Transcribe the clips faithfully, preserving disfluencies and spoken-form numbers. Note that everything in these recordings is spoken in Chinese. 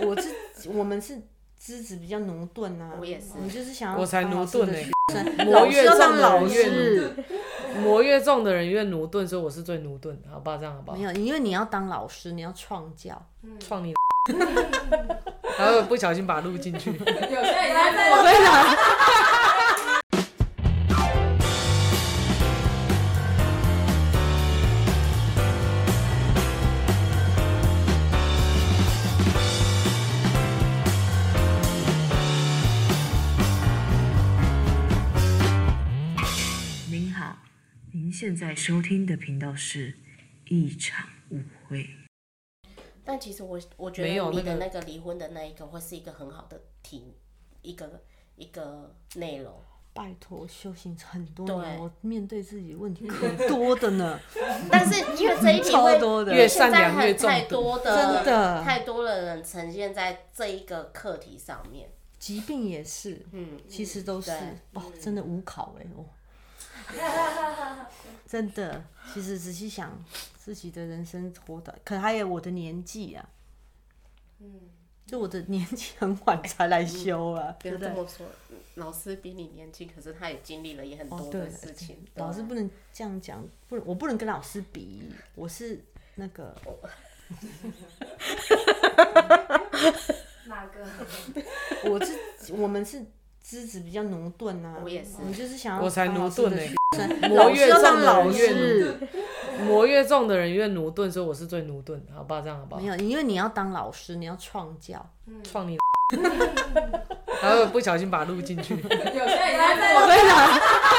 我是我们是资质比较驽钝啊， 我也是， 我们就是想要我才驽钝哎， 磨越重的人越师， 磨越重的人越驽钝，所以我是最驽钝的，好不好？这样好不好？ 没有，因为你要当老师，你要创教， 创你，然后不小心把它录进去。有些人也在我跟你讲。 现在收听的频道是一场误会。 但其实我我觉得你的那个离婚的那一个会是一个很好的题，一个一个内容。 拜托，修行很多年，我面对自己问题可多的呢。 但是因为这一题会多的越善良越中毒， 太多的真的太多的人呈现在这一个课题上面。 疾病也是，嗯，其实都是哦，真的无考哎、欸、哦。真的，其实仔细想，自己的人生活的，可还有我的年纪啊，嗯，就我的年纪很晚才来修啊， 不要这么说，老师比你年轻，可是他也经历了也很多的事情。 哦、老师不能这样讲，不，我不能跟老师比，我是那个， 哪个？ 我是，我们是。资质比较驽钝啊， 我也是， 我们就是想要我才驽钝哎， 磨越重的人越磨越重的人越驽钝，所以我是最驽钝的，好不好？这样好不好？ 没有，因为你要当老师，你要创教， 创你，然后不小心把它录进去。有些人也在我跟你讲，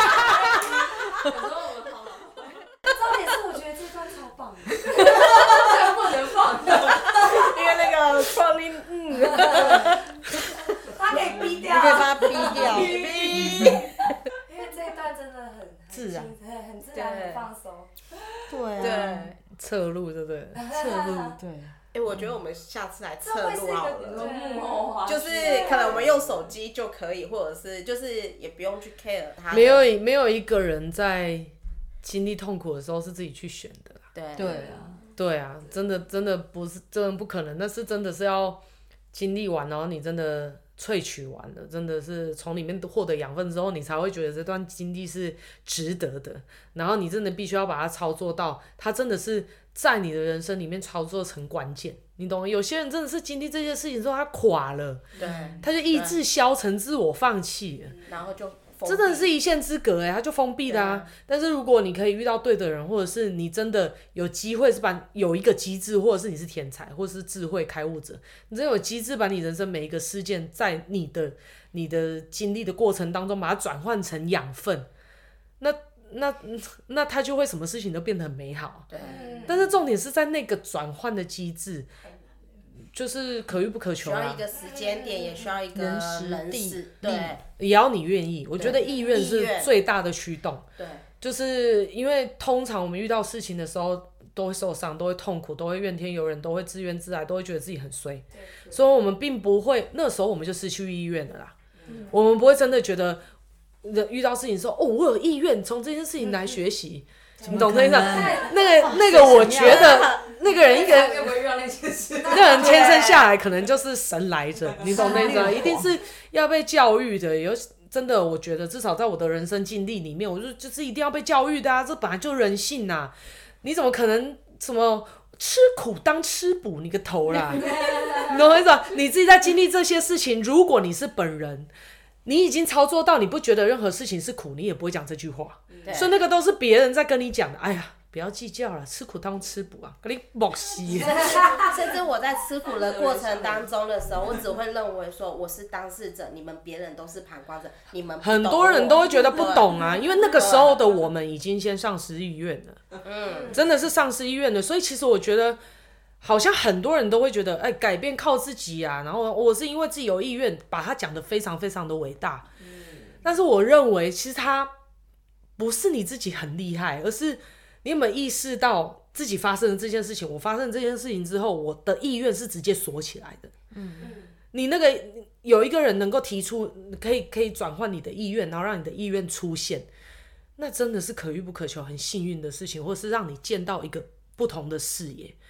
重点是我觉得这段超棒的，不能放， 因为那个创你，嗯。 他可以逼掉， 你可以把它逼掉， 因为这一段真的很自然， 很很自然，很放松。 对啊， 对， 侧录对不对？ 侧录对。 哎、欸，我觉得我们下次来侧录好了， 就就是可能我们用手机就可以，或者是就是也不用去 care 它。 没有没有一个人在经历痛苦的时候是自己去选的啦。 对对啊， 对啊，真的真的不是，真的不可能，那是真的是要经历完，然后你真的。萃取完了，真的是从里面获得养分之后，你才会觉得这段经历是值得的。然后你真的必须要把它操作到，它真的是在你的人生里面操作成关键，你懂吗？有些人真的是经历这些事情之后，他垮了， 对， 他就意志消沉、自我放弃了， 然后就。 真的是一线之隔哎，他就封闭的啊。啊但是如果你可以遇到对的人，或者是你真的有机会是把有一个机制，或者是你是天才，或者是智慧开悟者，你真的有机制把你人生每一个事件，在你的你的经历的过程当中，把它转换成养分，那那那他就会什么事情都变得很美好。 对。 但是重点是在那个转换的机制。就是可遇不可求啊， 需要一个时间点，也需要一个人事，对， 也要你愿意。我觉得意愿是最大的驱动。 对， 就是因为通常我们遇到事情的时候，都会受伤，都会痛苦，都会怨天尤人，都会自怨自艾，都会觉得自己很衰。所以，我们并不会那时候我们就失去意愿了啦。嗯、我们不会真的觉得遇到事情说哦，我有意愿从这件事情来学习。嗯你懂这意思？那个那个，我觉得那个人一个人，那个人天生下来可能就是神来着，你懂那意思？一定是要被教育的。有真的，我觉得至少在我的人生经历里面，我就就是一定要被教育的啊！这本来就是人性呐、啊，你怎么可能什么吃苦当吃补？你个头啦！你懂我意思？你自己在经历这些事情，如果你是本人。你已经操作到你不觉得任何事情是苦，你也不会讲这句话，所以那个都是别人在跟你讲的。哎呀，不要计较了，吃苦当吃补啊，跟你莫西。 甚至我在吃苦的过程当中的时候，我只会认为说我是当事者，你们别人都是旁观者，你们不懂我。 很多人都会觉得不懂啊，因为那个时候的我们已经先丧失意愿了，嗯，真的是丧失意愿了。所以其实我觉得。好像很多人都会觉得，哎、欸，改变靠自己啊。然后我是因为自己有意愿，把它讲得非常非常的伟大。嗯、但是我认为，其实它不是你自己很厉害，而是你有没有意识到自己发生了这件事情？我发生这件事情之后，我的意愿是直接锁起来的。嗯，你那个有一个人能够提出，可以可以转换你的意愿，然后让你的意愿出现，那真的是可遇不可求、很幸运的事情，或是让你见到一个不同的视野。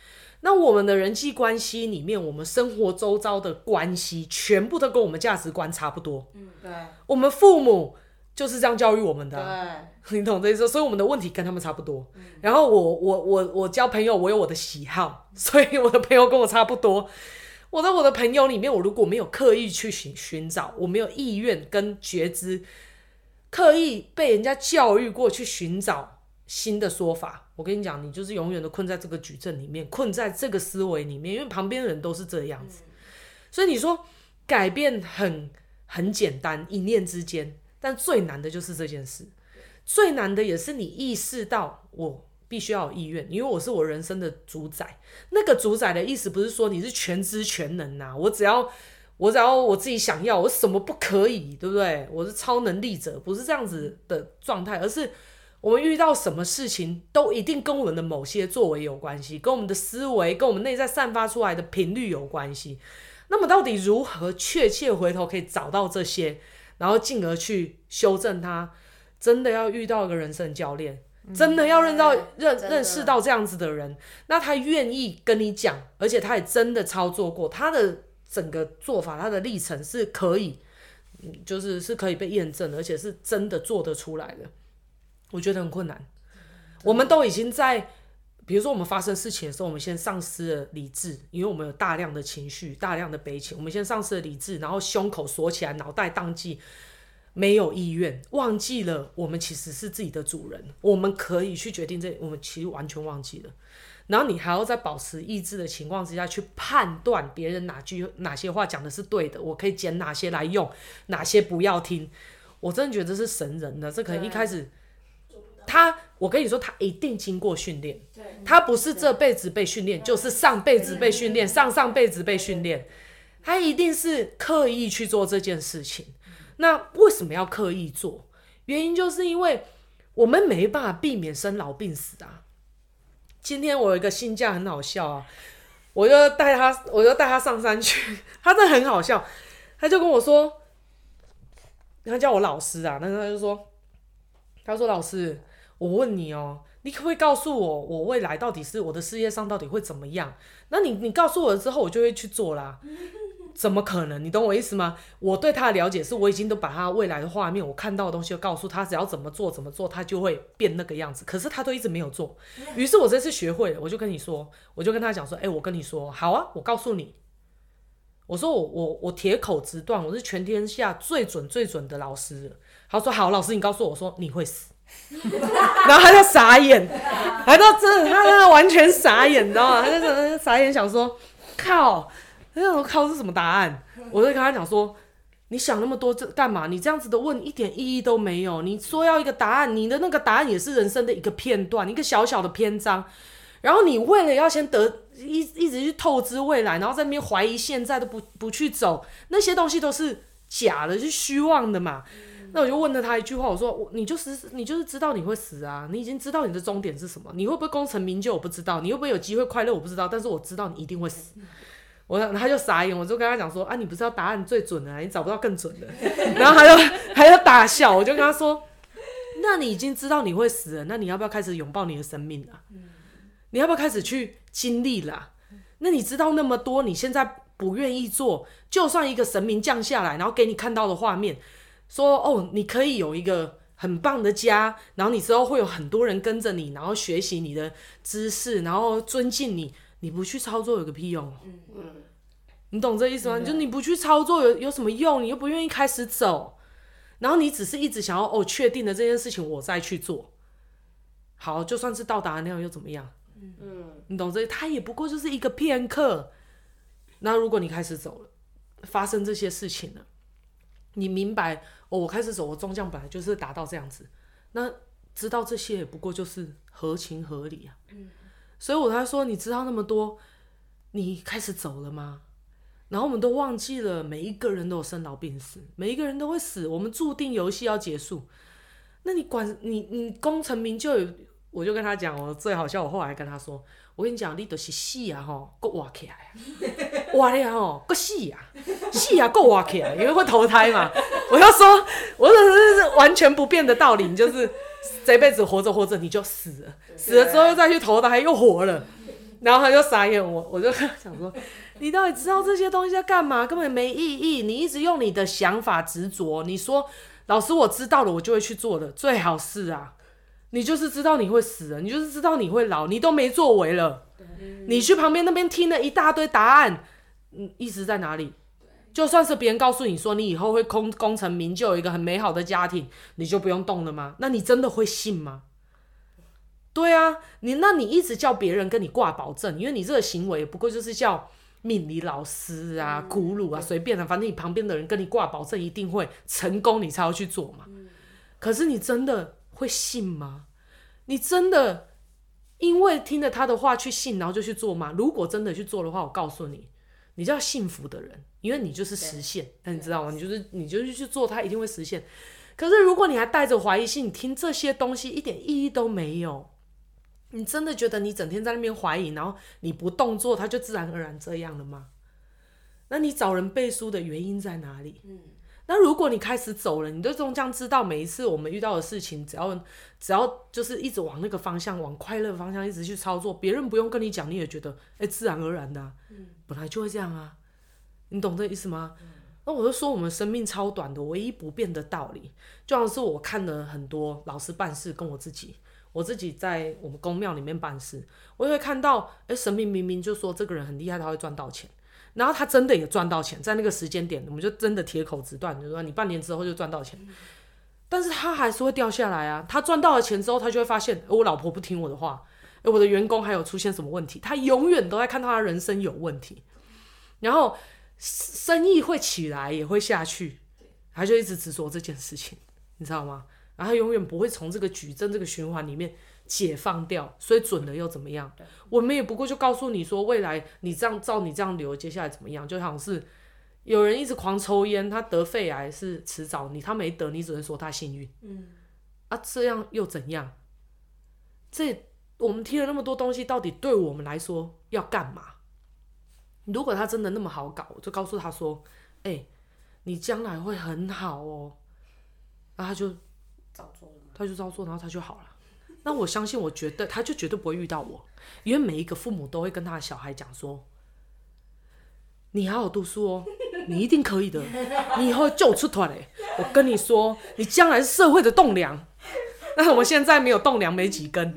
那我们的人际关系里面，我们生活周遭的关系，全部都跟我们价值观差不多。 嗯，对。 我们父母就是这样教育我们的、 啊， 对，你懂这意思？所以我们的问题跟他们差不多。嗯、然后我我我我交朋友，我有我的喜好，所以我的朋友跟我差不多。我在我的朋友里面，我如果没有刻意去寻寻找，我没有意愿跟觉知，刻意被人家教育过去寻找新的说法，我跟你讲，你就是永远都困在这个矩阵里面，困在这个思维里面，因为旁边的人都是这样子。嗯、所以你说改变很很简单，一念之间，但最难的就是这件事，最难的也是你意识到我必须要有意愿，因为我是我人生的主宰。那个主宰的意思不是说你是全知全能啊，我只要我只要我自己想要，我什么不可以，对不对？我是超能力者，不是这样子的状态，而是我们遇到什么事情都一定跟我们的某些作为有关系，跟我们的思维，跟我们内在散发出来的频率有关系。那么到底如何确切回头可以找到这些，然后进而去修正它？真的要遇到一个人生教练，真的要认到、嗯、认认识到这样子的人，那他愿意跟你讲，而且他也真的操作过，他的整个做法，他的历程是可以，就是是可以被验证的，而且是真的做得出来的。我觉得很困难。我们都已经在，比如说我们发生事情的时候，我们先丧失了理智，因为我们有大量的情绪，大量的悲情，我们先丧失了理智，然后胸口锁起来，脑袋宕机。没有意愿，忘记了我们其实是自己的主人，我们可以去决定这，我们其实完全忘记了。然后你还要在保持意志的情况之下去判断别人哪句哪些话讲的是对的，我可以捡哪些来用，哪些不要听。我真的觉得这是神人的，这可能一开始他，我跟你说，他一定经过训练，他不是这辈子被训练，就是上辈子被训练，上上辈子被训练，他一定是刻意去做这件事情。那为什么要刻意做？原因就是因为我们没办法避免生老病死啊。今天我有一个新假很好笑啊，我就带他，我就带他上山去，他真的很好笑，他就跟我说，他叫我老师啊，但是他就说，他说老师，我问你哦，你可不可以告诉我，我未来到底是我的事业上到底会怎么样？那你你告诉我了之后，我就会去做啦。怎么可能？你懂我意思吗？我对他的了解是我已经都把他未来的画面，我看到的东西都告诉他，只要怎么做怎么做，他就会变那个样子。可是他都一直没有做。于是我这次学会了，我就跟你说，我就跟他讲说，哎、欸，我跟你说，好啊，我告诉你，我说我我我铁口直断，我是全天下最准最准的老师了。他说好，老师你告诉我，我说你会死。然后他就傻眼，他就真的他真的完全傻眼，你知道吗？他就真的傻眼，想说靠。他想说靠，是什么答案？我就跟他讲说，你想那么多这干嘛？你这样子的问一点意义都没有。你说要一个答案，你的那个答案也是人生的一个片段，一个小小的篇章。然后你为了要先得一一直去透支未来，然后在那边怀疑现在都不不去走，那些东西都是假的，是虚妄的嘛。那我就问了他一句话，我说你就是你就是知道你会死啊，你已经知道你的终点是什么，你会不会功成名就我不知道，你会不会有机会快乐我不知道，但是我知道你一定会死。我他就傻眼，我就跟他讲说啊，你不知道答案最准的、啊，你找不到更准的。然后他就他就大笑，我就跟他说，那你已经知道你会死了，那你要不要开始拥抱你的生命啊？你要不要开始去经历啦、啊？那你知道那么多，你现在不愿意做，就算一个神明降下来，然后给你看到的画面，说哦，你可以有一个很棒的家，然后你之后会有很多人跟着你，然后学习你的知识，然后尊敬你。你不去操作有个屁用？嗯嗯，你懂这意思吗？嗯、就你不去操作有有什么用？你又不愿意开始走，然后你只是一直想要哦确定的这件事情我再去做。好，就算是到达那样又怎么样？嗯，你懂这？它也不过就是一个片刻。那如果你开始走了，发生这些事情了，你明白哦，我开始走，我终将本来就是达到这样子。那知道这些也不过就是合情合理啊。嗯。所以我才说，你知道那么多，你开始走了吗？然后我们都忘记了，每一个人都有生老病死，每一个人都会死，我们注定游戏要结束。那你管你你功成名就，我就跟他讲，我最好笑，我后来跟他说，我跟你讲，你就是死啊吼，搁活起来啊，活了吼，搁死啊，死啊搁活起来，因为会投胎嘛。我就说，我这是完全不变的道理，就是。这辈子活着活着你就死了，死了之后又再去投胎又活了， 然后他就傻眼我，我就想说，你到底知道这些东西在干嘛？根本没意义。你一直用你的想法执着，你说老师我知道了，我就会去做了，最好是啊，你就是知道你会死了，你就是知道你会老，你都没作为了，你去旁边那边听了一大堆答案，嗯，意思在哪里？就算是别人告诉你说你以后会功功成名就，有一个很美好的家庭，你就不用动了吗？那你真的会信吗？对啊，你那你一直叫别人跟你挂保证，因为你这个行为不过就是叫命理老师啊、古鲁啊，随便的，反正你旁边的人跟你挂保证一定会成功，你才要去做嘛。可是你真的会信吗？你真的因为听了他的话去信，然后就去做吗？如果真的去做的话，我告诉你，你叫幸福的人，因为你就是实现，你知道吗？你就是你就是去做，它一定会实现。可是如果你还带着怀疑心，你听这些东西一点意义都没有。你真的觉得你整天在那边怀疑，然后你不动作，它就自然而然这样了吗？那你找人背书的原因在哪里？嗯，那如果你开始走了，你就终将知道，每一次我们遇到的事情，只要只要就是一直往那个方向，往快乐方向一直去操作，别人不用跟你讲，你也觉得哎、欸，自然而然的、啊，嗯，本来就会这样啊，你懂这意思吗？嗯，那我就说我们生命超短的，唯一不变的道理，就像是我看了很多老师办事，跟我自己。我自己在我们宫庙里面办事，我会看到，哎，神明明明就说这个人很厉害，他会赚到钱，然后他真的也赚到钱，在那个时间点，我们就真的铁口直断，就说你半年之后就赚到钱，但是他还是会掉下来啊。他赚到了钱之后，他就会发现，我老婆不听我的话，我的员工还有出现什么问题，他永远都在看到他人生有问题，然后生意会起来也会下去，他就一直执着这件事情，你知道吗？然后他永远不会从这个矩阵这个循环里面解放掉，所以准了又怎么样？我们也不过就告诉你说，未来你这样照你这样流，接下来怎么样？就好像是有人一直狂抽烟，他得肺癌是迟早，你他没得，你只能说他幸运。嗯，啊，这样又怎样？这我们听了那么多东西，到底对我们来说要干嘛？如果他真的那么好搞，我就告诉他说：“哎、欸，你将来会很好哦。”然后他就。 照做了吗？ 他就照做，然后他就好了。那我相信，我觉得他就绝对不会遇到我，因为每一个父母都会跟他的小孩讲说：“你好好读书哦，你一定可以的，你以后就出头嘞。我跟你说，你将来是社会的栋梁。”但是我们现在没有栋梁，没几根，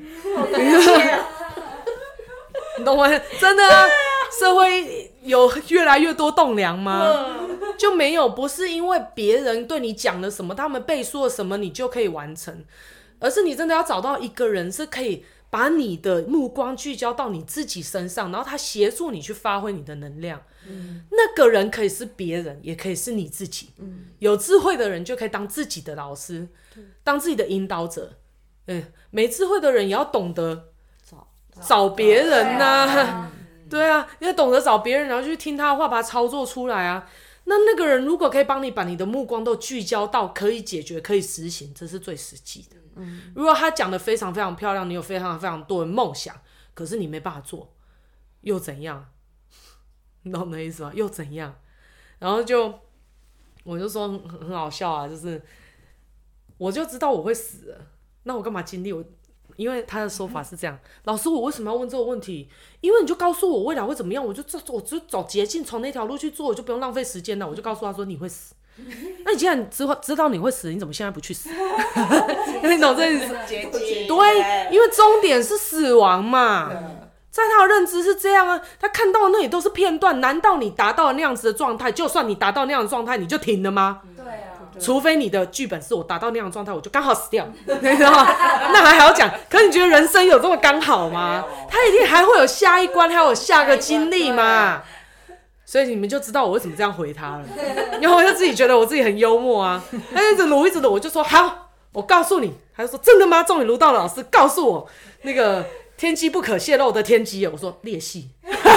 你懂吗？真的啊，社会有越来越多栋梁吗？就没有，不是因为别人对你讲了什么，他们背书了什么，你就可以完成，而是你真的要找到一个人是可以把你的目光聚焦到你自己身上，然后他协助你去发挥你的能量。嗯，那个人可以是别人，也可以是你自己。嗯，有智慧的人就可以当自己的老师，当自己的引导者。嗯，没智慧的人也要懂得找找别人呐、啊。对啊，你要懂得找别人，然后去听他的话，把它操作出来啊。那那个人如果可以帮你把你的目光都聚焦到可以解决、可以实行，这是最实际的。嗯，如果他讲的非常非常漂亮，你有非常非常多的梦想，可是你没办法做，又怎样？你懂那意思吗？又怎样？然后就我就说很很好笑啊，就是我就知道我会死了，那我干嘛经历我？因为他的说法是这样，老师，我为什么要问这个问题？因为你就告诉我未来会怎么样，我就我就走捷径，从那条路去做，我就不用浪费时间了。我就告诉他说你会死。那你既然知知道你会死，你怎么现在不去死？你懂这意思？对，因为终点是死亡嘛。在他的认知是这样啊，他看到的那里都是片段。难道你达到了那样子的状态，就算你达到那样的状态，你就停了吗？ 对啊。 除非你的剧本是我达到那样的状态，我就刚好死掉，你知道吗？那还好讲。可是你觉得人生有这么刚好吗？他一定还会有下一关，还有下个经历嘛。所以你们就知道我为什么这样回他了。然后我就自己觉得我自己很幽默啊。他一直撸一直撸，我就说好，我告诉你。他就说真的吗？终于撸到了，老师告诉我那个天机不可泄露的天机。我说裂隙。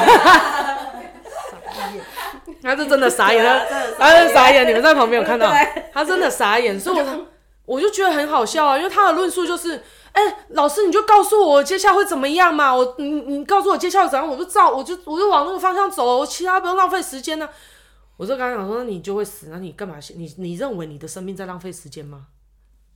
他是真的傻眼，他真的傻眼，你们在旁边有看到，他真的傻眼，所以我我就觉得很好笑啊，因为他的论述就是，哎、欸，老师你就告诉我接下来会怎么样嘛，我你你告诉我接下来怎样，我就照我就我就往那个方向走，我其他不用浪费时间呢、啊。我就刚刚讲说，那你就会死，那你干嘛？你你认为你的生命在浪费时间吗？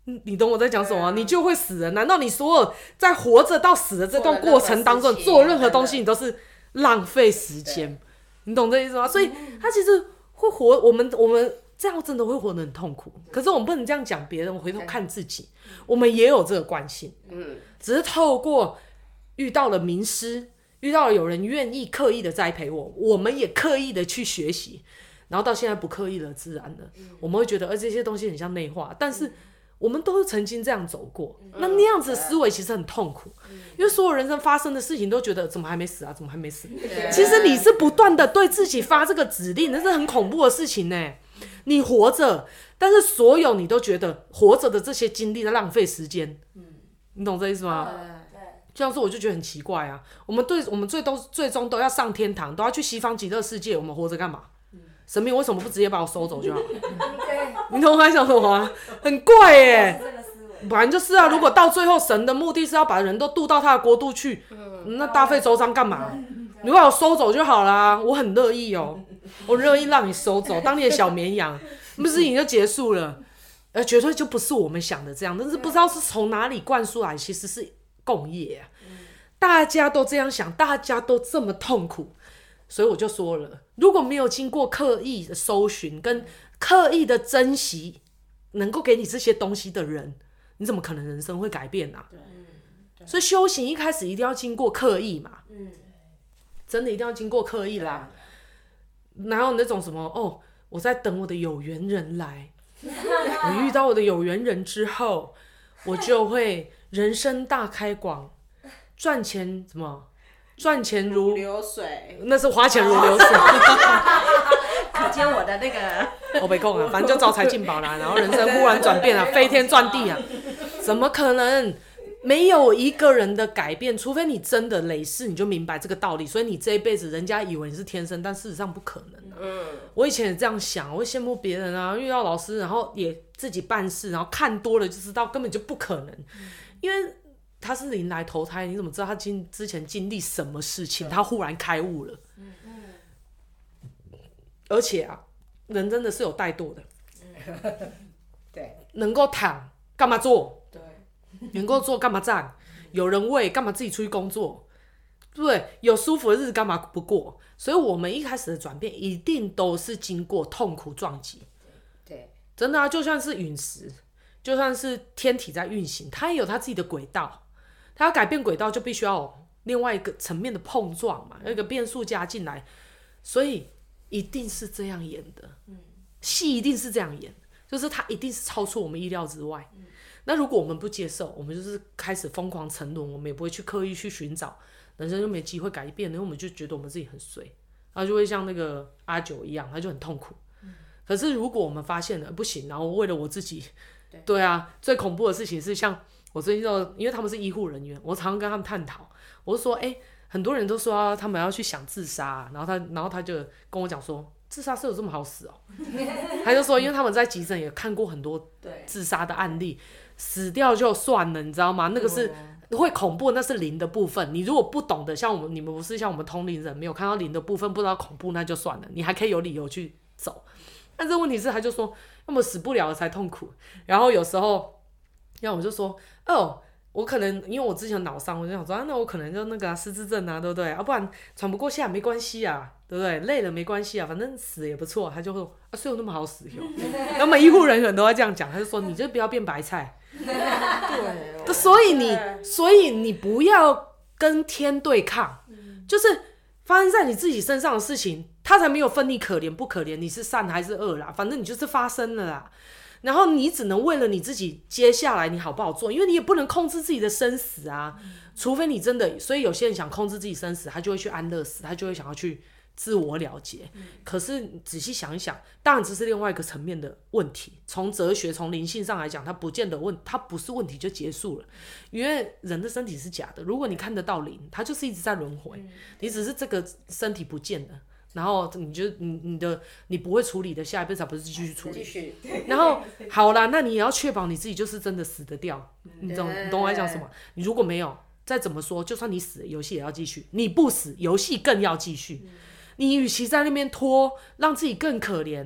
你懂我在讲什么吗？你就会死了。难道你所有在活着到死的这段过程当中，做任何东西你都是浪费时间？你懂这意思吗？所以他其实会活，我们我们这样真的会活得很痛苦。可是我们不能这样讲别人，回头看自己，我们也有这个惯性。嗯，只是透过遇到了名师，遇到了有人愿意刻意的栽培我，我们也刻意的去学习，然后到现在不刻意了，自然的，我们会觉得，呃，这些东西很像内化，但是我们都是曾经这样走过，那那样子的思维其实很痛苦，因为所有人生发生的事情都觉得怎么还没死啊，怎么还没死？其实你是不断的对自己发这个指令，那是很恐怖的事情呢。你活着，但是所有你都觉得活着的这些经历在浪费时间，你懂这意思吗？这样说我就觉得很奇怪啊。我们对我们最都最终都要上天堂，都要去西方极乐世界，我们活着干嘛？神明为什么不直接把我收走就好？你懂我在想什么吗？很怪耶、欸，本来就是啊。如果到最后神的目的是要把人都渡到他的国度去，那大费周章干嘛？你把我收走就好啦，我很乐意哦、喔，我乐意让你收走，当你的小绵羊，不是你就结束了。呃，绝对就不是我们想的这样，但是不知道是从哪里灌输来，其实是共业啊。大家都这样想，大家都这么痛苦。所以我就说了，如果没有经过刻意的搜寻跟刻意的珍惜能够给你这些东西的人，你怎么可能人生会改变啊？所以修行一开始一定要经过刻意嘛，真的一定要经过刻意啦。哪有那种什么哦，我在等我的有缘人来，我遇到我的有缘人之后，我就会人生大开广，赚钱什么？赚钱如流水， 那是花钱如流水。 可见我的那个， 我没空啊，反正就招财进宝啦，然后人生忽然转变啊，飞天转地啊，怎么可能？没有一个人的改变，除非你真的累世，你就明白这个道理。所以你这一辈子，人家以为你是天生，但事实上不可能啊。嗯，我以前也这样想，我会羡慕别人啊，遇到老师，然后也自己办事，然后看多了就知道根本就不可能，因为他是临来投胎，你怎么知道他经之前经历什么事情，他忽然开悟了？嗯嗯。而且啊，人真的是有怠惰的。 对。 能够躺干嘛坐？ 对。 能够坐干嘛站？有人喂干嘛自己出去工作？对不对？有舒服的日子干嘛不过？所以我们一开始的转变一定都是经过痛苦撞击。 对。真的啊，就算是陨石，就算是天体在运行，它也有它自己的轨道。它要改变轨道，就必须要有另外一个层面的碰撞嘛，有一个变数加进来，所以一定是这样演的。戏一定是这样演，就是它一定是超出我们意料之外。嗯、那如果我们不接受，我们就是开始疯狂沉沦，我们也不会去刻意去寻找，人生就没机会改变，因为我们就觉得我们自己很衰，然后就会像那个阿九一样，他就很痛苦。嗯、可是如果我们发现了不行，然后为了我自己，对, 对啊，最恐怖的事情是像。我最近就因为他们是医护人员，我常常跟他们探讨，我就说，哎、欸，很多人都说、啊、他们要去想自杀，然后他，然后他就跟我讲说，自杀是有这么好死哦、喔？他就说，因为他们在急诊也看过很多自杀的案例，死掉就算了，你知道吗？那个是会恐怖，那是灵的部分。你如果不懂得，像我们，你们不是像我们通灵人，没有看到灵的部分，不知道恐怖，那就算了，你还可以有理由去走。但这问题是，他就说，要么死不了才痛苦，然后有时候。然后我就说，哦，我可能因为我之前脑伤，我就想说，啊、那我可能就那个、啊、失智症啊，对不对？要、啊、不然喘不过气啊，没关系啊，对不对？累了没关系啊，反正死也不错。他就说，啊，所以有那么好死哟？然后每医护人员都在这样讲，他就说，你就不要变白菜。对，所以你，所以你不要跟天对抗，就是发生在你自己身上的事情，他才没有分你可怜不可怜，你是善还是恶啦，反正你就是发生了啦。然后你只能为了你自己接下来你好不好做，因为你也不能控制自己的生死啊，嗯、除非你真的，所以有些人想控制自己生死，他就会去安乐死，他就会想要去自我了结。嗯、可是仔细想一想，当然这是另外一个层面的问题。从哲学、从灵性上来讲，它不见得问，它不是问题就结束了，因为人的身体是假的。如果你看得到灵，它就是一直在轮回，嗯、你只是这个身体不见了。然后你就你你的你不会处理的，下一辈子还不是继续处理？然后好啦，那你也要确保你自己就是真的死得掉，你懂你懂我在讲什么？你如果没有，再怎么说，就算你死了，游戏也要继续；你不死，游戏更要继续。你与其在那边拖，让自己更可怜，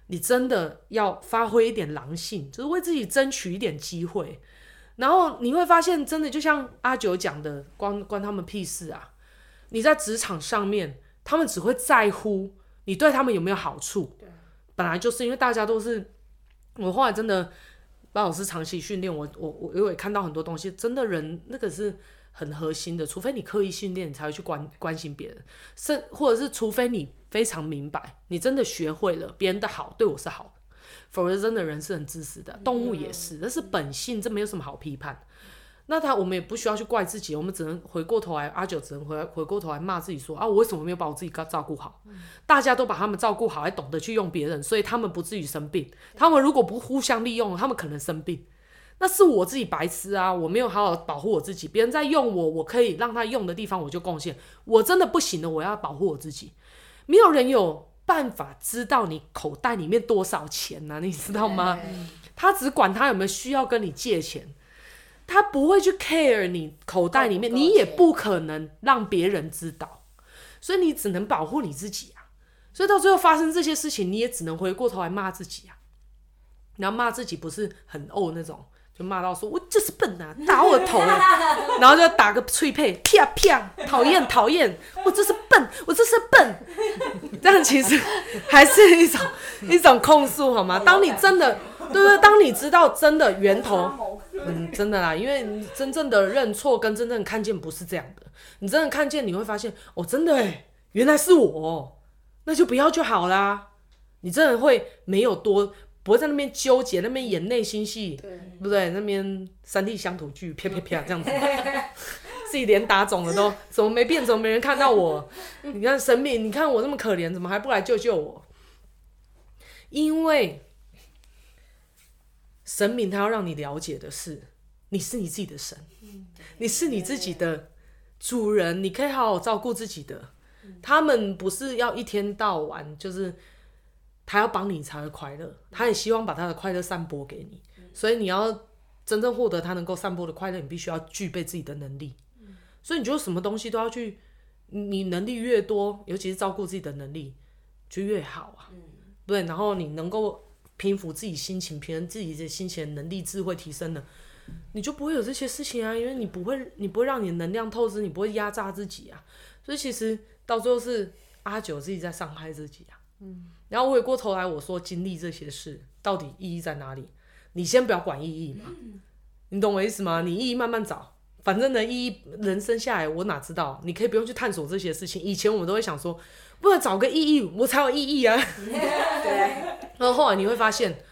你真的要发挥一点狼性，就是为自己争取一点机会。然后你会发现，真的就像阿九讲的，关关他们屁事啊！你在职场上面，他们只会在乎你对他们有没有好处。本来就是因为大家都是，我后来真的把老师长期训练，我我我也看到很多东西，真的人那个是很核心的，除非你刻意训练，你才会去关关心别人，是或者是除非你非常明白，你真的学会了别人的好对我是好的。否则真的人是很自私的，动物也是，这是本性，这没有什么好批判。那他我们也不需要去怪自己，我们只能回过头来，阿九只能回回过头来骂自己说啊，我为什么没有把我自己照顾好？大家都把他们照顾好，还懂得去用别人，所以他们不至于生病。他们如果不互相利用，他们可能生病。那是我自己白痴啊，我没有好好保护我自己，别人在用我，我可以让他用的地方我就贡献，我真的不行了，我要保护我自己。没有人有办法知道你口袋里面多少钱啊，你知道吗？他只管他有没有需要跟你借钱，他不会去 care 你口袋里面，你也不可能让别人知道，所以你只能保护你自己啊。所以到最后发生这些事情，你也只能回过头来骂自己啊。然后骂自己不是很怄那种，就骂到说我就是笨啊，打我的头啊，然后就打个脆配，啪啪，讨厌讨厌，我就是笨，我就是笨。这样其实还是一种一种控诉，好吗？当你真的，对不对？当你知道真的源头，嗯，真的啦，因为你真正的认错跟真正的看见不是这样的。你真的看见，你会发现，哦，真的哎，原来是我，那就不要就好啦。你真的会没有多。不会在那边纠结，那边演内心戏，对不对？那边三 D 乡土剧，啪啪啪这样子，自己脸打肿了都，怎么没变？怎么没人看到我？你看神明，你看我那么可怜，怎么还不来救救我？因为神明他要让你了解的是，你是你自己的神，你是你自己的主人，你可以好好照顾自己的。他们不是要一天到晚就是。他要帮你才会快乐，他也希望把他的快乐散播给你，所以你要真正获得他能够散播的快乐，你必须要具备自己的能力。所以你就什么东西都要去，你能力越多，尤其是照顾自己的能力就越好啊。对，然后你能够平复自己心情，平衡自己的心情的能力、智慧提升了，你就不会有这些事情啊，因为你不会，你不会让你的能量透支，你不会压榨自己啊。所以其实到最后是阿九自己在伤害自己啊。嗯。然后回过头来，我说经历这些事到底意义在哪里？你先不要管意义嘛，你懂我意思吗？你意义慢慢找，反正呢，意义人生下来我哪知道？你可以不用去探索这些事情。以前我们都会想说，不能找个意义，我才有意义啊。对。然后后来你会发现，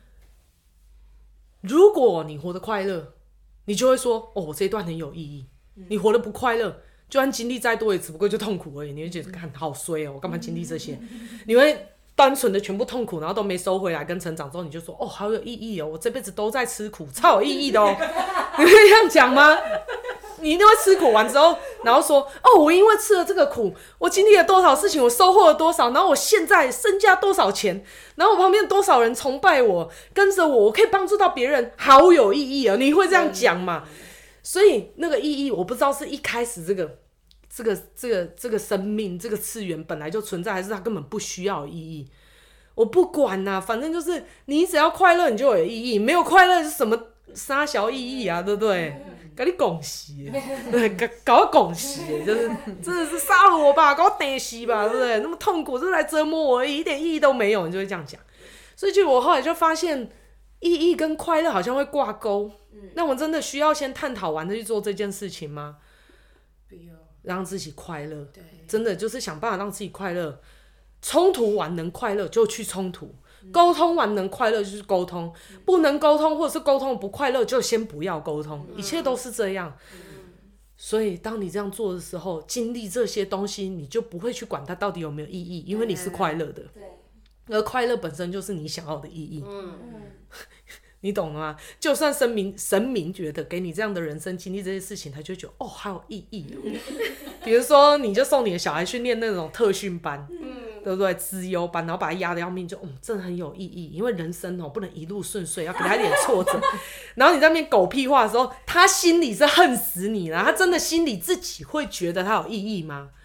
如果你活得快乐，你就会说，哦，我这一段很有意义。你活得不快乐，就算经历再多，也只不过就痛苦而已。你会觉得，看好衰哦，我干嘛经历这些？你会。单纯的全部痛苦，然后都没收回来跟成长之后，你就说哦，好有意义哦，我这辈子都在吃苦，超有意义的哦。你会这样讲吗？你一定会吃苦完之后，然后说哦，我因为吃了这个苦，我经历了多少事情，我收获了多少，然后我现在身价多少钱，然后我旁边多少人崇拜我，跟着我，我可以帮助到别人，好有意义哦。你会这样讲嘛？所以那个意义，我不知道是一开始这个。这个这个这个生命这个次元本来就存在，还是它根本不需要有意义？我不管啦、啊，反正就是你只要快乐，你就有意义；没有快乐是什么啥小意义啊？对不对？给你拱死，对，搞我拱死，就是真的是杀了我吧，搞我逮死吧，对不对？那么痛苦，就是来折磨我而已，一点意义都没有，你就会这样讲。所以就我后来就发现，意义跟快乐好像会挂钩。那我真的需要先探讨完再去做这件事情吗？不要。让自己快乐，真的就是想办法让自己快乐。冲突完能快乐就去冲突，沟通完能快乐就去沟通，不能沟通或者是沟通不快乐就先不要沟通，一切都是这样。所以当你这样做的时候，经历这些东西，你就不会去管它到底有没有意义，因为你是快乐的，而快乐本身就是你想要的意义。你懂了吗？就算神明神明觉得给你这样的人生经历这些事情，他就觉得哦，好有意义哦。比如说，你就送你的小孩去念那种特训班，嗯，对不对？资优班，然后把他压得要命，就嗯，真的很有意义。因为人生哦不能一路顺遂，要给他一点挫折。然后你在那边狗屁话的时候，他心里是恨死你了。他真的心里自己会觉得他有意义吗？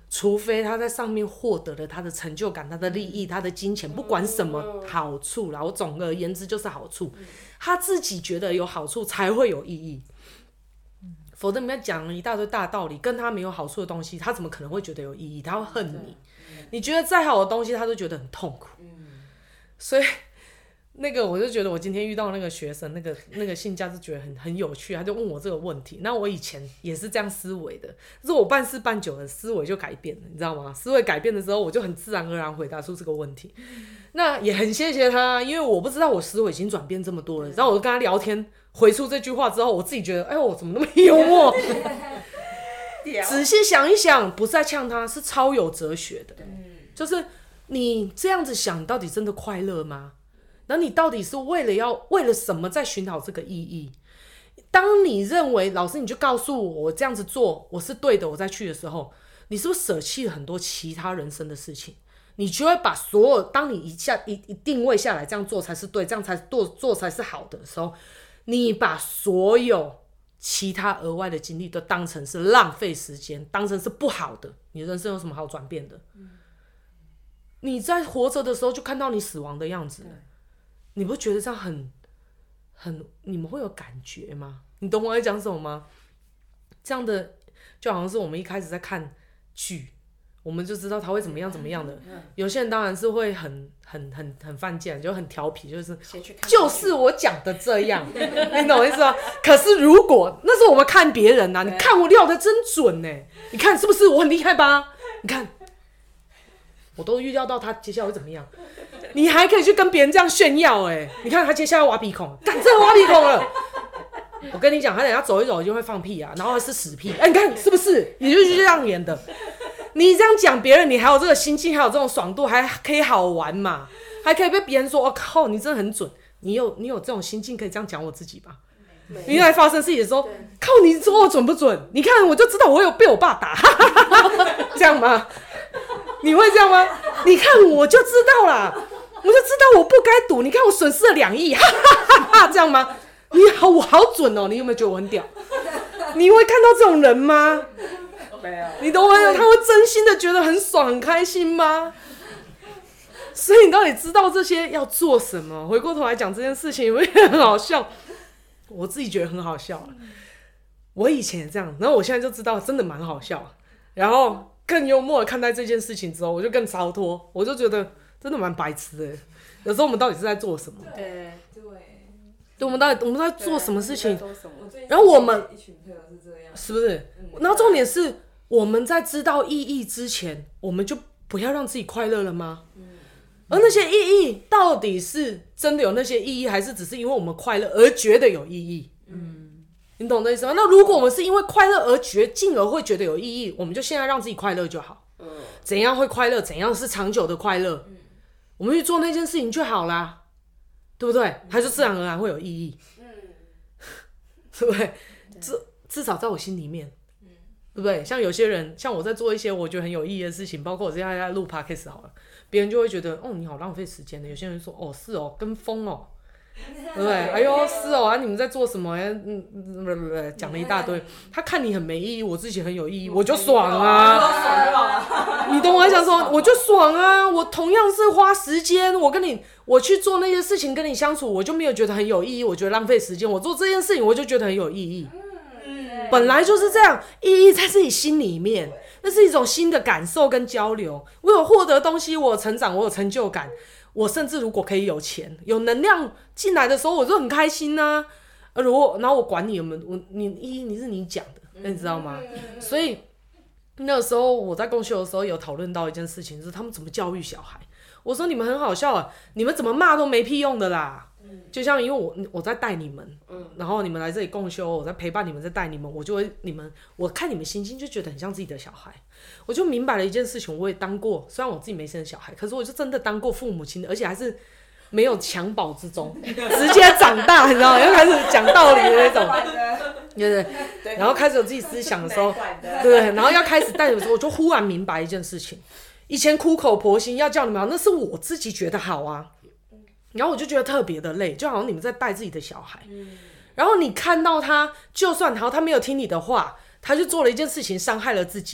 除非他在上面获得了他的成就感、他的利益、他的金钱，不管什么好处啦，我总而言之就是好处，他自己觉得有好处才会有意义。否则你们讲了一大堆大道理，跟他没有好处的东西，他怎么可能会觉得有意义？他会恨你。你觉得再好的东西，他都觉得很痛苦。所以那个我就觉得我今天遇到那个学生，那个那个信家就觉得很很有趣，他就问我这个问题。那我以前也是这样思维的，可是我办事办久了，思维就改变了，你知道吗？思维改变的时候，我就很自然而然回答出这个问题。那也很谢谢他，因为我不知道我思维已经转变这么多了。然后我就跟他聊天，回出这句话之后，我自己觉得，哎呦，我怎么那么幽默？仔细想一想，不是在呛他，是超有哲学的。就是你这样子想，到底真的快乐吗？然后你到底是为了要为了什么在寻找这个意义？当你认为老师你就告诉我，我这样子做我是对的，我再去的时候，你是不是舍弃了很多其他人生的事情？你就会把所有，当你一下一一定位下来，这样做才是对，这样才做做才是好的时候，你把所有其他额外的精力都当成是浪费时间，当成是不好的，你人生有什么好转变的？嗯、你在活着的时候就看到你死亡的样子了，你不觉得这样很很你们会有感觉吗？你懂我在讲什么吗？这样的就好像是我们一开始在看剧，我们就知道他会怎么样怎么样的。有些人当然是会很很很很犯贱，就很调皮，就是就是我讲的这样，你懂我意思吗？可是如果那是我们看别人啊，你看我料的真准呢、欸，你看是不是我很厉害吧？你看，我都预料到他接下来会怎么样，你还可以去跟别人这样炫耀哎、欸！你看他接下来挖鼻孔，干真的挖鼻孔了。我跟你讲，他等一下走一走就会放屁啊，然后是屎屁。哎、欸，你看是不是？你就是这样演的。你这样讲别人，你还有这个心情，还有这种爽度，还可以好玩嘛？还可以被别人说，我、哦、靠，你真的很准。你有你有这种心境可以这样讲我自己吧？你来发生事情的时候，靠，你说我准不准？你看我就知道我有被我爸打，这样吗？你会这样吗？你看我就知道啦，我就知道我不该赌。你看我损失了两亿，哈哈哈哈，这样吗？你好，我好准哦！你有没有觉得我很屌？你会看到这种人吗？你懂我？他会真心的觉得很爽、很开心吗？所以你到底知道这些要做什么？回过头来讲这件事情，有没有很好笑？我自己觉得很好笑。我以前也这样，然后我现在就知道真的蛮好笑。然后更幽默的看待这件事情之后，我就更超脱，我就觉得真的蛮白痴的。有时候我们到底是在做什么？ 对对， 对，我们到底我们在做什么事情？然后我们一群朋友是这样， 是不是？然后重点是我们在知道意义之前，我们就不要让自己快乐了吗？而那些意义到底是真的有那些意义，还是只是因为我们快乐而觉得有意义？嗯，你懂这意思吗？那如果我们是因为快乐而觉，进而会觉得有意义，我们就现在让自己快乐就好。嗯，怎样会快乐？怎样是长久的快乐？嗯，我们去做那件事情就好啦，对不对？它就自然而然会有意义。嗯，对不对？至至少在我心里面。对不对？像有些人，像我在做一些我觉得很有意义的事情，包括我现在在录 podcast 好了，别人就会觉得，哦，你好浪费时间的。有些人说，哦，是哦，跟风哦，对不对？哎呦，是哦，啊，你们在做什么？嗯，不不不，讲了一大堆。他看你很没意义，我自己很有意义，我就爽啊！你懂我在想说，我就爽啊！我同样是花时间，我跟你，我去做那些事情跟你相处，我就没有觉得很有意义，我觉得浪费时间。我做这件事情，我就觉得很有意义。本来就是这样，意义在自己心里面，那是一种新的感受跟交流。我有获得东西，我有成长，我有成就感。我甚至如果可以有钱、有能量进来的时候，我就很开心呐、啊。如果然后我管你有没有，我你意义你是你讲的，你知道吗？所以那个时候我在共修的时候有讨论到一件事情，就是他们怎么教育小孩。我说你们很好笑啊，你们怎么骂都没屁用的啦。就像因为我我在带你们，嗯，然后你们来这里共修，我在陪伴你们，在带你们，我就会你们，我看你们心情就觉得很像自己的小孩，我就明白了一件事情，我也当过，虽然我自己没生小孩，可是我就真的当过父母亲的，而且还是没有襁褓之中，直接长大，你知道吗？又开始讲道理的那种，对不对？然后开始有自己思想的时候，对，然后要开始带你们的时候，我就忽然明白一件事情，以前苦口婆心要叫你们好，那是我自己觉得好啊。然后我就觉得特别的累，就好像你们在带自己的小孩，嗯、然后你看到他，就算好他没有听你的话，他就做了一件事情伤害了自己，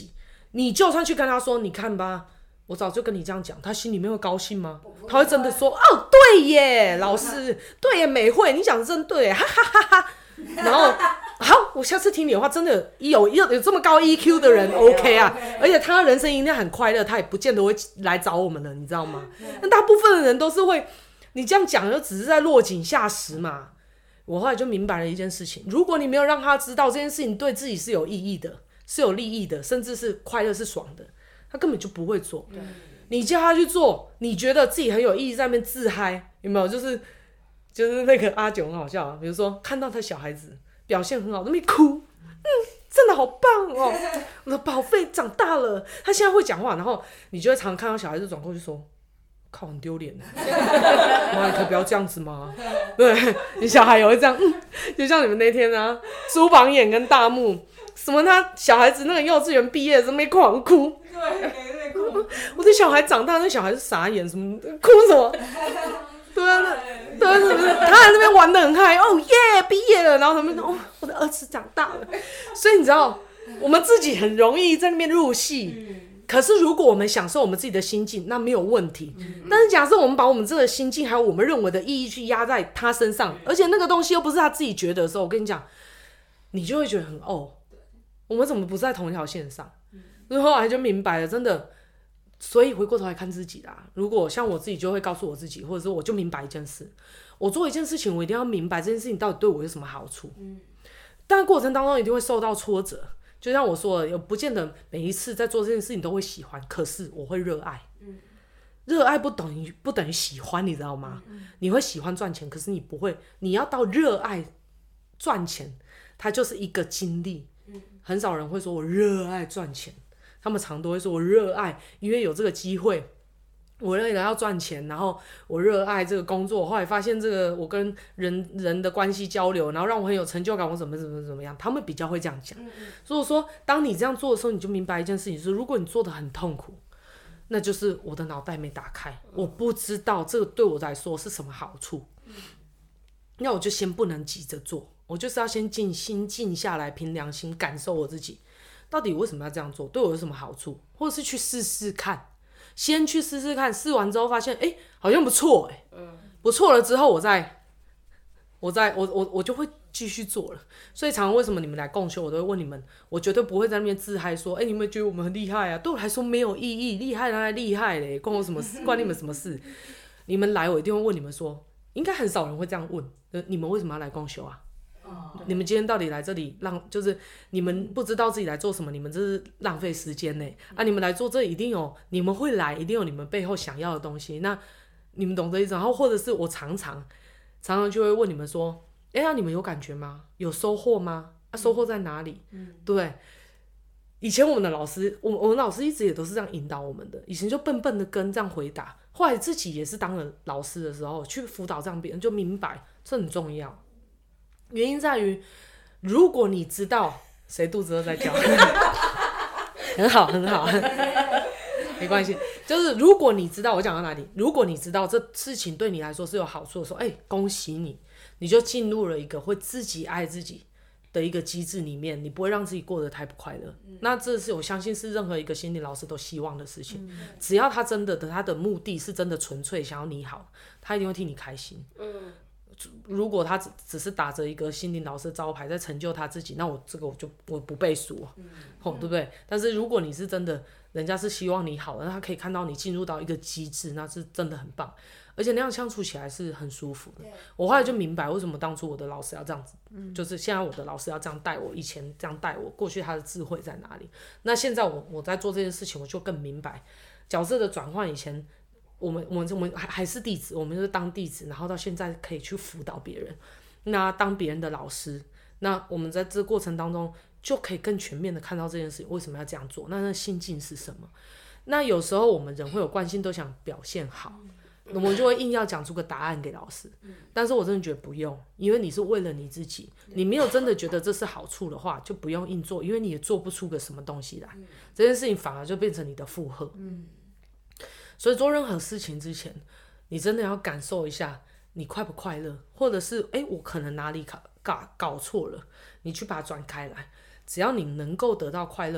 你就算去跟他说，你看吧，我早就跟你这样讲，他心里面会高兴吗？他会真的说，哦，对耶，老师，对耶，美惠，你讲的真对耶，哈哈哈哈。然后，好，我下次听你的话，真的有有有这么高 E Q 的人 ，OK 啊，而且他人生应该很快乐，他也不见得会来找我们了，你知道吗？那大部分的人都是会，你这样讲就只是在落井下石嘛。我后来就明白了一件事情，如果你没有让他知道这件事情对自己是有意义的，是有利益的，甚至是快乐是爽的，他根本就不会做。你叫他去做，你觉得自己很有意义，在那边自嗨，有没有？就是就是那个阿九很好笑啊，比如说看到他小孩子表现很好，那边哭，嗯，真的好棒哦，我的宝贝长大了，他现在会讲话，然后你就会常常看到小孩子转过去说。靠，很丢脸，妈，你可以不要这样子吗？对，你小孩也会这样，嗯，就像你们那天啊，朱榜眼跟大木，什么他小孩子那个幼稚园毕业的时候没狂哭， 对，哭。 我的小孩长大，那小孩是傻眼，什么哭什么？对啊，对啊，是不是？他在那边玩得很嗨，哦耶，毕业了，然后他们说，哦，我的儿子长大了，所以你知道，我们自己很容易在那边入戏。嗯，可是如果我们享受我们自己的心境，那没有问题。嗯、但是假设我们把我们这个心境还有我们认为的意义去压在他身上，而且那个东西又不是他自己觉得的时候，我跟你讲，你就会觉得很哦，我们怎么不在同一条线上？所以后来就明白了，真的。所以回过头来看自己啦，如果像我自己就会告诉我自己，或者说我就明白一件事，我做一件事情，我一定要明白这件事情到底对我有什么好处。嗯、但过程当中一定会受到挫折。就像我说的，有不见得每一次在做这件事情都会喜欢，可是我会热爱。热爱不等于不等于喜欢，你知道吗？嗯、你会喜欢赚钱，可是你不会，你要到热爱赚钱，它就是一个经历。嗯、很少人会说我热爱赚钱，他们常都会说我热爱，因为有这个机会。我为了要赚钱，然后我热爱这个工作，后来发现这个我跟人人的关系交流，然后让我很有成就感，我怎么怎么怎么样，他们比较会这样讲。嗯嗯，所以我说，当你这样做的时候，你就明白一件事情，就是如果你做得很痛苦，那就是我的脑袋没打开，我不知道这个对我来说是什么好处，那我就先不能急着做，我就是要先静心静下来，凭良心感受我自己，到底为什么要这样做，对我有什么好处，或者是去试试看。先去试试看，试完之后发现，哎、欸，好像不错，哎，不错了之后，我再，我再，我我我就会继续做了。所以常常为什么你们来共修，我都会问你们，我绝对不会在那边自嗨说，哎、欸，你们觉得我们很厉害啊？对我来说没有意义，厉害当然厉害嘞，关我什么事？关你们什么事？你们来，我一定会问你们说，应该很少人会这样问，你们为什么要来共修啊？你们今天到底来这里浪，就是你们不知道自己来做什么，你们这是浪费时间呢。啊，你们来做这一定有，你们会来，一定有你们背后想要的东西。那你们懂这意思？然后或者是我常常常常就会问你们说，哎、欸、呀、啊，你们有感觉吗？有收获吗？啊，收获在哪里？嗯，对。以前我们的老师，我我们老师一直也都是这样引导我们的。以前就笨笨的跟这样回答，后来自己也是当了老师的时候，去辅导这样别人，就明白这很重要。原因在于，如果你知道谁肚子饿在叫，很好很好，没关系。就是如果你知道我讲到哪里，如果你知道这事情对你来说是有好处的时候，哎、欸，恭喜你，你就进入了一个会自己爱自己的一个机制里面，你不会让自己过得太不快乐。嗯、那这是我相信是任何一个心理老师都希望的事情。嗯、只要他真的的他的目的是真的纯粹想要你好，他一定会替你开心。嗯。如果他 只, 只是打着一个心灵老师的招牌在成就他自己，那我这个我就我不背书、嗯哦、对不对？但是如果你是真的，人家是希望你好的，那他可以看到你进入到一个机制，那是真的很棒，而且那样相处起来是很舒服的。我后来就明白为什么当初我的老师要这样子，嗯、就是现在我的老师要这样带我，以前这样带我，过去他的智慧在哪里？那现在我我在做这件事情，我就更明白角色的转换。以前。我们我们我们还还是弟子，我们就是当弟子，然后到现在可以去辅导别人，那当别人的老师，那我们在这个过程当中就可以更全面的看到这件事情为什么要这样做，那那心境是什么？那有时候我们人会有惯性，都想表现好，我们就会硬要讲出个答案给老师，但是我真的觉得不用，因为你是为了你自己，你没有真的觉得这是好处的话，就不用硬做，因为你也做不出个什么东西来，这件事情反而就变成你的负荷。所以做任何事情之前，你真的要感受一下你快不快乐，或者是哎、欸，我可能哪里搞搞搞错了，你去把它转开来。只要你能够得到快乐，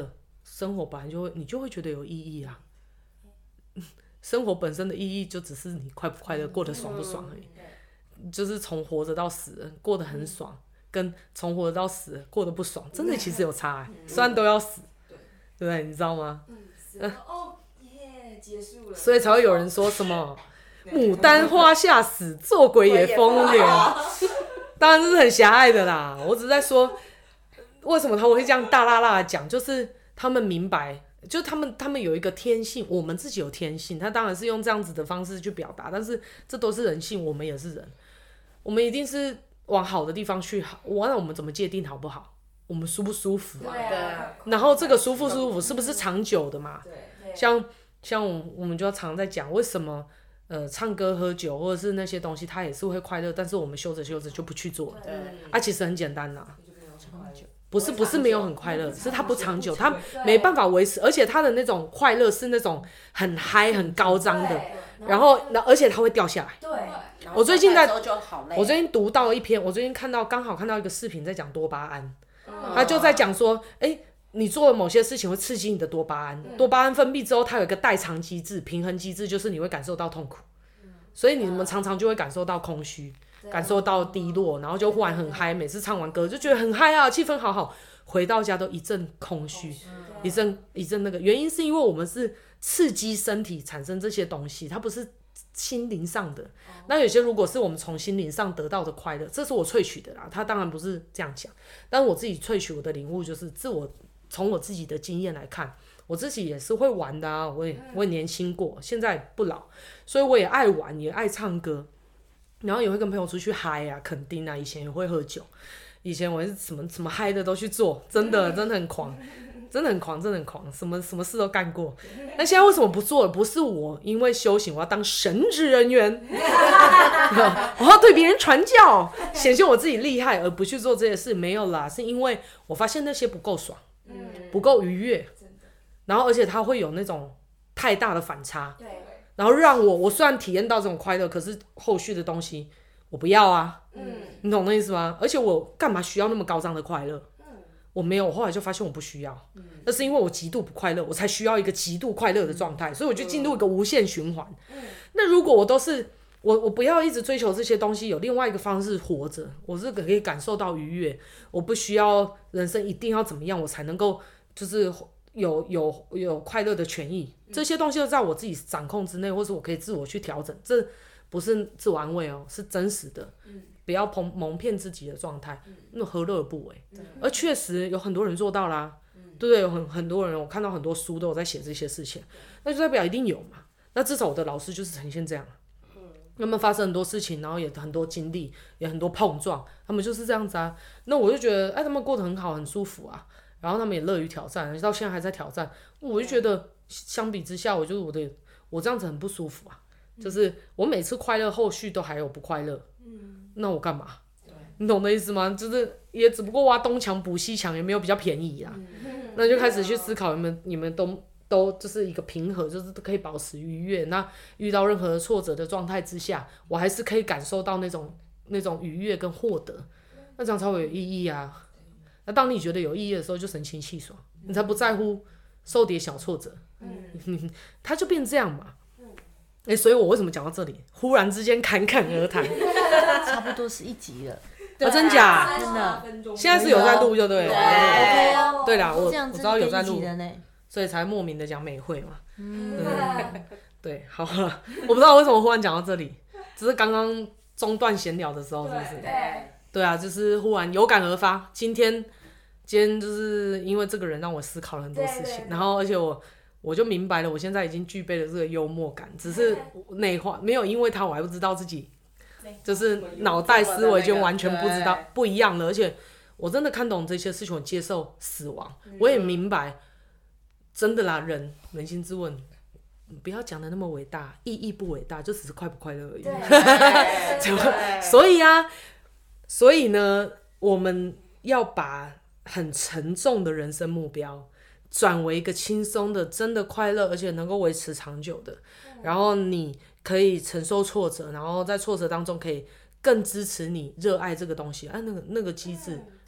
生活本来就会你就会觉得有意义啊。生活本身的意义就只是你快不快乐，过得爽不爽而已。嗯、就是从活着到死过得很爽，嗯、跟从活着到死过得不爽，真的其实有差、欸。嗯、虽然都要死，对对不对？你知道吗？ 嗯，死了、呃、哦耶，结束了。 所以才会有人说什么牡丹花下死，做鬼也风流。当然这是很狭隘的啦，我只是在说为什么他会这样大啦啦的讲，就是他们明白。就他们，他们有一个天性，我们自己有天性，他当然是用这样子的方式去表达，但是这都是人性，我们也是人，我们一定是往好的地方去好。那我们怎么界定好不好？我们舒不舒服啊？ 对啊。 然后这个舒不舒服是不是长久的嘛？对。像像我们就常在讲，为什么呃唱歌喝酒或者是那些东西，它也是会快乐，但是我们修着修着就不去做了。对。啊，其实很简单啦。不是不是没有很快乐，是它不长久，它没办法维持，而且它的那种快乐是那种很嗨很高涨的，然后而且它会掉下来。 对， 我最近在，我最近读到一篇，我最近看到刚好看到一个视频在讲多巴胺，他就在讲说，哎，你做了某些事情会刺激你的多巴胺，多巴胺分泌之后，它有一个代偿机制、平衡机制，就是你会感受到痛苦，所以你们常常就会感受到空虚。感受到低落，然后就忽然很嗨，每次唱完歌就觉得很嗨啊，气氛好好，回到家都一阵空虚，一阵一阵那个，原因是因为我们是刺激身体产生这些东西，它不是心灵上的。那有些如果是我们从心灵上得到的快乐，这是我萃取的啦，他当然不是这样讲，但我自己萃取我的领悟就是自我从我自己的经验来看，我自己也是会玩的啊，我也我也年轻过，现在不老，所以我也爱玩，也爱唱歌。然后也会跟朋友出去嗨啊，肯定啊，以前也会喝酒，以前我是什么什么嗨的都去做，真的真的很狂，真的很狂，真的很狂，什么什么事都干过。那现在为什么不做了？不是我因为修行，我要当神职人员，我要对别人传教，显现我自己厉害，而不去做这些事，没有啦，是因为我发现那些不够爽，不够愉悦，然后而且它会有那种太大的反差。然后让我，我虽然体验到这种快乐，可是后续的东西我不要啊，嗯，你懂那意思吗？而且我干嘛需要那么高涨的快乐？嗯，我没有，我后来就发现我不需要，嗯，那是因为我极度不快乐，我才需要一个极度快乐的状态，所以我就进入一个无限循环。嗯，那如果我都是我，我不要一直追求这些东西，有另外一个方式活着，我是可以感受到愉悦，我不需要人生一定要怎么样，我才能够就是有有有快乐的权益。这些东西都在我自己掌控之内，或是我可以自我去调整，这不是自我安慰哦，是真实的。嗯、不要蒙蒙骗自己的状态，那何乐而不为？嗯、而确实有很多人做到啦，嗯、对不对？有很很多人，我看到很多书都有在写这些事情，那就代表一定有嘛。那至少我的老师就是呈现这样，嗯、他们发生很多事情，然后也很多经历，也很多碰撞，他们就是这样子啊。那我就觉得，哎，他们过得很好，很舒服啊。然后他们也乐于挑战，到现在还在挑战，我就觉得。相比之下，我觉得我的我这样子很不舒服啊，嗯、就是我每次快乐，后续都还有不快乐，嗯、那我干嘛？你懂的意思吗？就是也只不过挖东墙补西墙，也没有比较便宜啊。嗯、那就开始去思考，你们你们都都就是一个平和，就是可以保持愉悦。那遇到任何挫折的状态之下，我还是可以感受到那种那种愉悦跟获得，那这样才会有意义啊。那当你觉得有意义的时候，就神清气爽，你才不在乎受点小挫折。嗯，他就变这样嘛，哎、欸，所以我为什么讲到这里，忽然之间侃侃而谈， 差不多是一集了， 啊，真假？ 真的， 现在是有在录就对了， 对啊， 对啦，我我知道有在录， 呢， 所以才莫名的讲美惠嘛，嗯，对，好了，我不知道为什么忽然讲到这里，只是刚刚中断闲聊的时候，是不是？对，对啊，就是忽然有感而发，今天，今天就是因为这个人让我思考了很多事情，然后而且我。我就明白了，我现在已经具备了这个幽默感，只是内化，没有因为他我还不知道自己，就是脑袋思维就完全不知道不一样了，而且我真的看懂这些事情，我接受死亡，我也明白，真的啦，人扪心自问，不要讲的那么伟大，意义不伟大，就只是快不快乐而已。所以啊，所以呢，我们要把很沉重的人生目标。转为一个轻松的，真的快乐，而且能够维持长久的。然后你可以承受挫折，然后在挫折当中可以更支持你热爱这个东西。啊，那个那个机制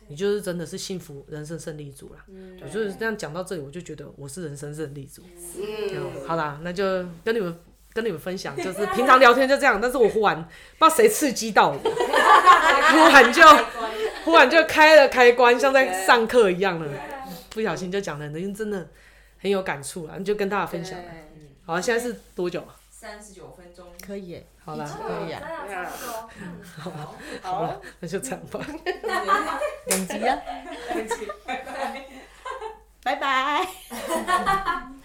你就是真的是幸福人生胜利组啦。嗯、我就是这样讲到这里，我就觉得我是人生胜利组。嗯，好啦，那就跟你们跟你们分享，就是平常聊天就这样，但是我忽然不知道谁刺激到我，忽然就忽然就开了开关，像在上课一样的，不小心就讲了，人真的很有感触啦，你就跟大家分享。好，现在是多久？ 三十九分钟， 可以耶， 好啦， 可以啊， 好了，好了，那就这样吧。 两集啊。 两集。